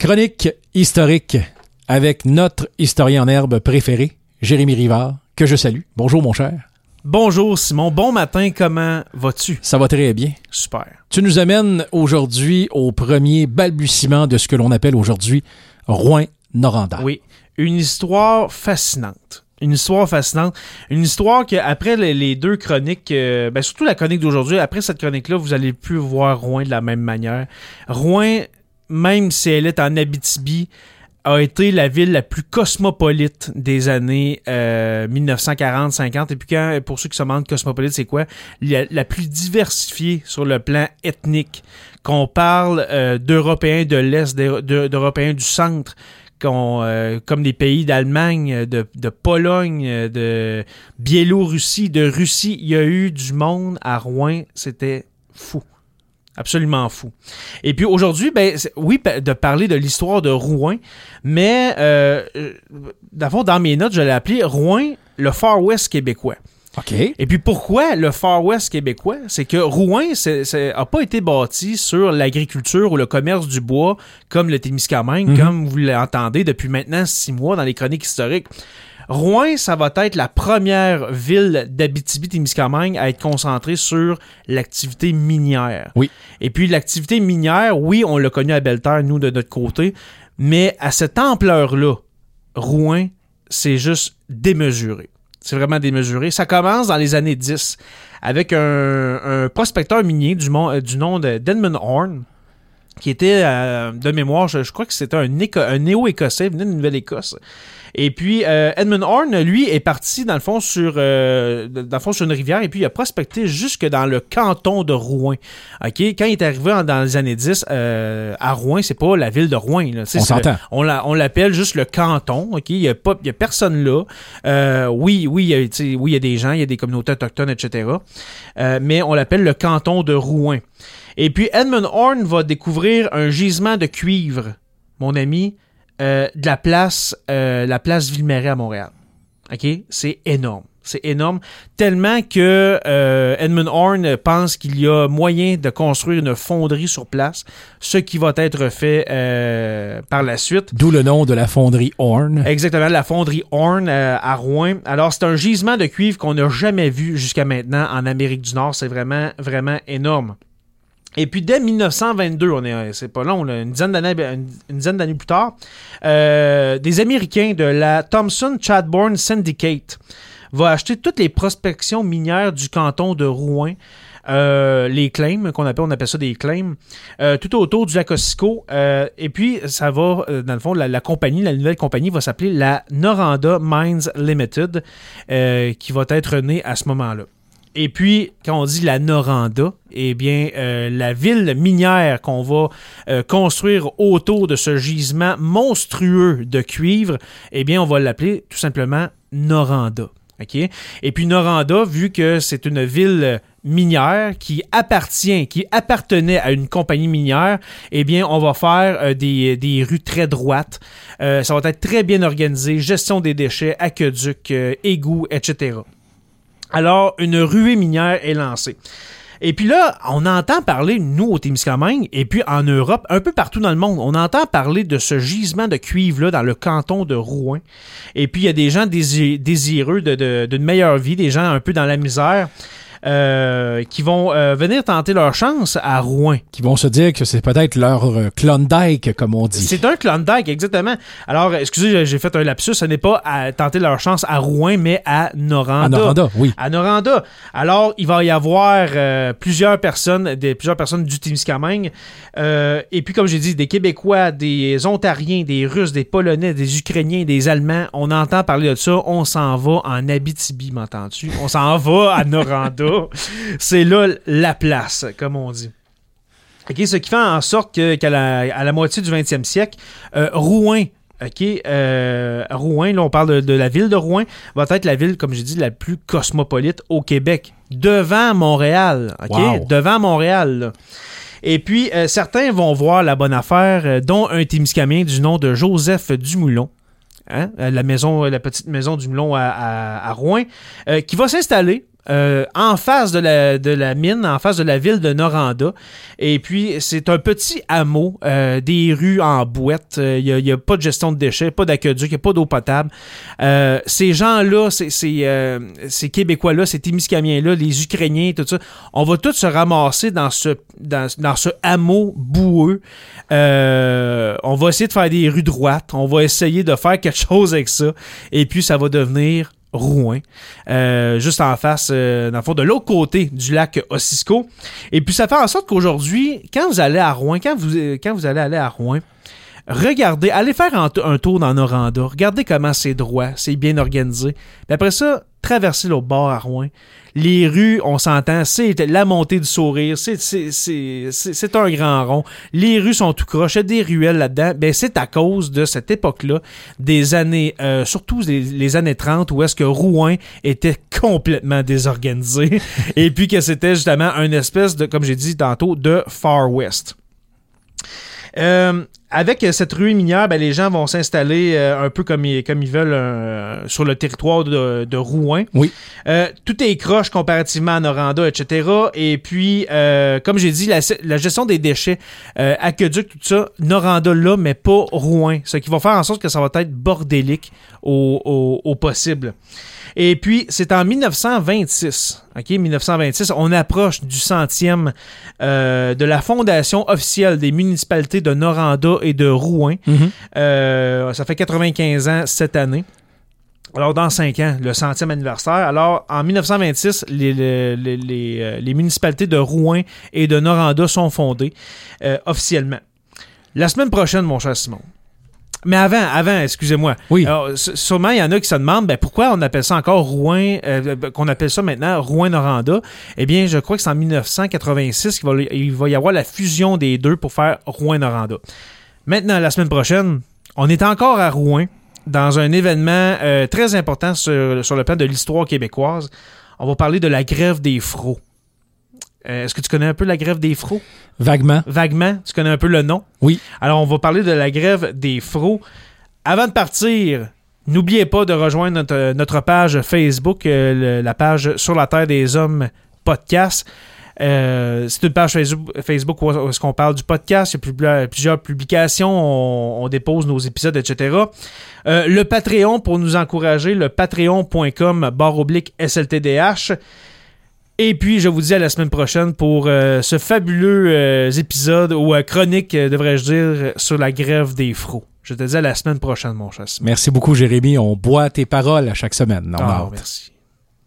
Chronique historique avec notre historien en herbe préféré, Jérémy Rivard, que je salue. Bonjour, mon cher. Bonjour, Simon. Bon matin, comment vas-tu? Ça va très bien. Super. Tu nous amènes aujourd'hui au premier balbutiement de ce que l'on appelle aujourd'hui Rouyn-Noranda. Oui, une histoire fascinante. Une histoire fascinante. Une histoire qu'après les deux chroniques, surtout la chronique d'aujourd'hui, après cette chronique-là, vous allez plus voir Rouyn de la même manière. Rouyn, même si elle est en Abitibi, a été la ville la plus cosmopolite des années 1940-50. Et puis pour ceux qui se demandent cosmopolite, c'est quoi? La plus diversifiée sur le plan ethnique. Qu'on parle d'Européens de l'Est, d'Européens du centre, comme des pays d'Allemagne, de Pologne, de Biélorussie, de Russie. Il y a eu du monde à Rouyn. C'était fou. Absolument fou. Et puis aujourd'hui, oui, de parler de l'histoire de Rouyn, mais dans mes notes, je l'ai appelé Rouyn, le Far West québécois. OK. Et puis pourquoi le Far West québécois? C'est que Rouyn n'a pas été bâti sur l'agriculture ou le commerce du bois comme le Témiscamingue, comme vous l'entendez depuis maintenant 6 mois dans les chroniques historiques. Rouyn, ça va être la première ville d'Abitibi-Témiscamingue à être concentrée sur l'activité minière. Oui. Et puis l'activité minière, oui, on l'a connu à Belle-Terre, nous, de notre côté, mais à cette ampleur-là, Rouyn, c'est juste démesuré. C'est vraiment démesuré. Ça commence dans les années 10 avec un prospecteur minier du nom d'Edmund Horne, qui était, de mémoire, je crois que c'était un néo-écossais, il venait de Nouvelle-Écosse. Et puis, Edmund Horne, lui, est parti, dans le fond, sur une rivière, et puis il a prospecté jusque dans le canton de Rouyn. OK? Quand il est arrivé dans les années 10, à Rouyn, c'est pas la ville de Rouyn. Là. On s'entend. On l'appelle juste le canton. OK? Il y a personne là. Oui, il y a des gens, il y a des communautés autochtones, etc. Mais on l'appelle le canton de Rouyn. Et puis, Edmund Horne va découvrir un gisement de cuivre, mon ami, de la place Ville-Marais à Montréal. OK? C'est énorme. C'est énorme. Tellement que Edmund Horne pense qu'il y a moyen de construire une fonderie sur place, ce qui va être fait par la suite. D'où le nom de la fonderie Horne. Exactement, la fonderie Horne à Rouyn. Alors, c'est un gisement de cuivre qu'on n'a jamais vu jusqu'à maintenant en Amérique du Nord. C'est vraiment, vraiment énorme. Et puis, dès 1922, c'est pas long, là, une dizaine d'années plus tard, des Américains de la Thomson-Chadbourne Syndicate vont acheter toutes les prospections minières du canton de Rouyn, les claims, on appelle ça des claims, tout autour du lac Ossisco. Et puis, ça va, dans le fond, la nouvelle compagnie va s'appeler la Noranda Mines Limited, qui va être née à ce moment-là. Et puis, quand on dit la Noranda, eh bien, la ville minière qu'on va construire autour de ce gisement monstrueux de cuivre, eh bien, on va l'appeler tout simplement Noranda. OK? Et puis, Noranda, vu que c'est une ville minière qui appartenait à une compagnie minière, eh bien, on va faire des rues très droites. Ça va être très bien organisé, gestion des déchets, aqueducs, égouts, etc. Alors, une ruée minière est lancée. Et puis là, on entend parler, nous, au Témiscamingue, et puis en Europe, un peu partout dans le monde, on entend parler de ce gisement de cuivre-là dans le canton de Rouyn. Et puis, il y a des gens désireux d'une meilleure vie, des gens un peu dans la misère, qui vont venir tenter leur chance à Rouyn. Qui vont se dire que c'est peut-être leur Klondike, comme on dit. C'est un Klondike, exactement. Alors, excusez, j'ai fait un lapsus, ce n'est pas à tenter leur chance à Rouyn, mais à Noranda. À Noranda, oui. À Noranda. Alors, il va y avoir plusieurs personnes du Témiscamingue. Et puis, comme j'ai dit, des Québécois, des Ontariens, des Russes, des Polonais, des Ukrainiens, des Allemands. On entend parler de ça. On s'en va en Abitibi, m'entends-tu? On s'en va à Noranda. C'est là la place, comme on dit. Okay, ce qui fait en sorte qu'à la moitié du 20e siècle, Rouyn, Rouyn, là on parle de la ville de Rouyn, va être la ville, comme j'ai dit, la plus cosmopolite au Québec, devant Montréal. Wow. Devant Montréal, là. Et puis, certains vont voir la bonne affaire, dont un Témiscamien du nom de Joseph Dumoulin. Hein? La petite maison du Moulon à Rouyn, qui va s'installer en face de la mine, en face de la ville de Noranda. Et puis, c'est un petit hameau, des rues en boîte. Il n'y a pas de gestion de déchets, pas d'aqueduc, il n'y a pas d'eau potable. Ces gens-là, ces Québécois-là, ces Témiscamingiens-là, les Ukrainiens, tout ça, on va tous se ramasser dans ce hameau boueux. On va essayer de faire des rues droites. On va essayer de faire quelque chose avec ça. Et puis, ça va devenir Rouyn, juste en face, dans le fond, de l'autre côté du lac Ossisco. Et puis, ça fait en sorte qu'aujourd'hui, quand vous allez à Rouyn, quand vous allez aller à Rouyn, regardez, allez faire un tour dans Noranda. Regardez comment c'est droit, c'est bien organisé. Puis après ça, traversez l'autre bord à Rouyn. Les rues, on s'entend, c'est la montée du sourire, c'est un grand rond. Les rues sont tout croches, il y a des ruelles là-dedans. Ben, c'est à cause de cette époque-là, des années, surtout les années 30, où est-ce que Rouyn était complètement désorganisé. Et puis que c'était justement une espèce de, comme j'ai dit tantôt, de Far West. Avec cette ruée minière, ben, les gens vont s'installer un peu comme ils veulent sur le territoire de Rouyn. Oui. Tout est croche comparativement à Noranda, etc. Et puis, comme j'ai dit, la gestion des déchets, aqueduc, tout ça, Noranda là, mais pas Rouyn. Ce qui va faire en sorte que ça va être bordélique au possible. Et puis, c'est en 1926, OK, 1926, on approche du 100e de la fondation officielle des municipalités de Noranda et de Rouyn. Mm-hmm. Ça fait 95 ans cette année. Alors, dans 5 ans, le 100e anniversaire. Alors, en 1926, les municipalités de Rouyn et de Noranda sont fondées officiellement. La semaine prochaine, mon cher Simon. Mais avant, excusez-moi. Oui. Alors, sûrement, il y en a qui se demandent pourquoi on appelle ça encore Rouyn, qu'on appelle ça maintenant Rouyn-Noranda. Eh bien, je crois que c'est en 1986 qu'il va y avoir la fusion des deux pour faire Rouyn-Noranda. Maintenant, la semaine prochaine, on est encore à Rouyn dans un événement très important sur le plan de l'histoire québécoise. On va parler de la grève des Fraux. Est-ce que tu connais un peu la grève des Fraux? Vaguement. Vaguement. Tu connais un peu le nom? Oui. Alors, on va parler de la grève des Fraux. Avant de partir, n'oubliez pas de rejoindre notre page Facebook, la page Sur la Terre des Hommes podcast. C'est une page Facebook où est-ce qu'on parle du podcast. Il y a plusieurs publications. On dépose nos épisodes, etc. Le Patreon pour nous encourager, le patreon.com/SLTDH. Et puis, je vous dis à la semaine prochaine pour ce fabuleux épisode ou chronique, devrais-je dire, sur la grève des Fraux. Je te dis à la semaine prochaine, mon cher Simon. Merci beaucoup, Jérémy. On boit tes paroles à chaque semaine. Merci.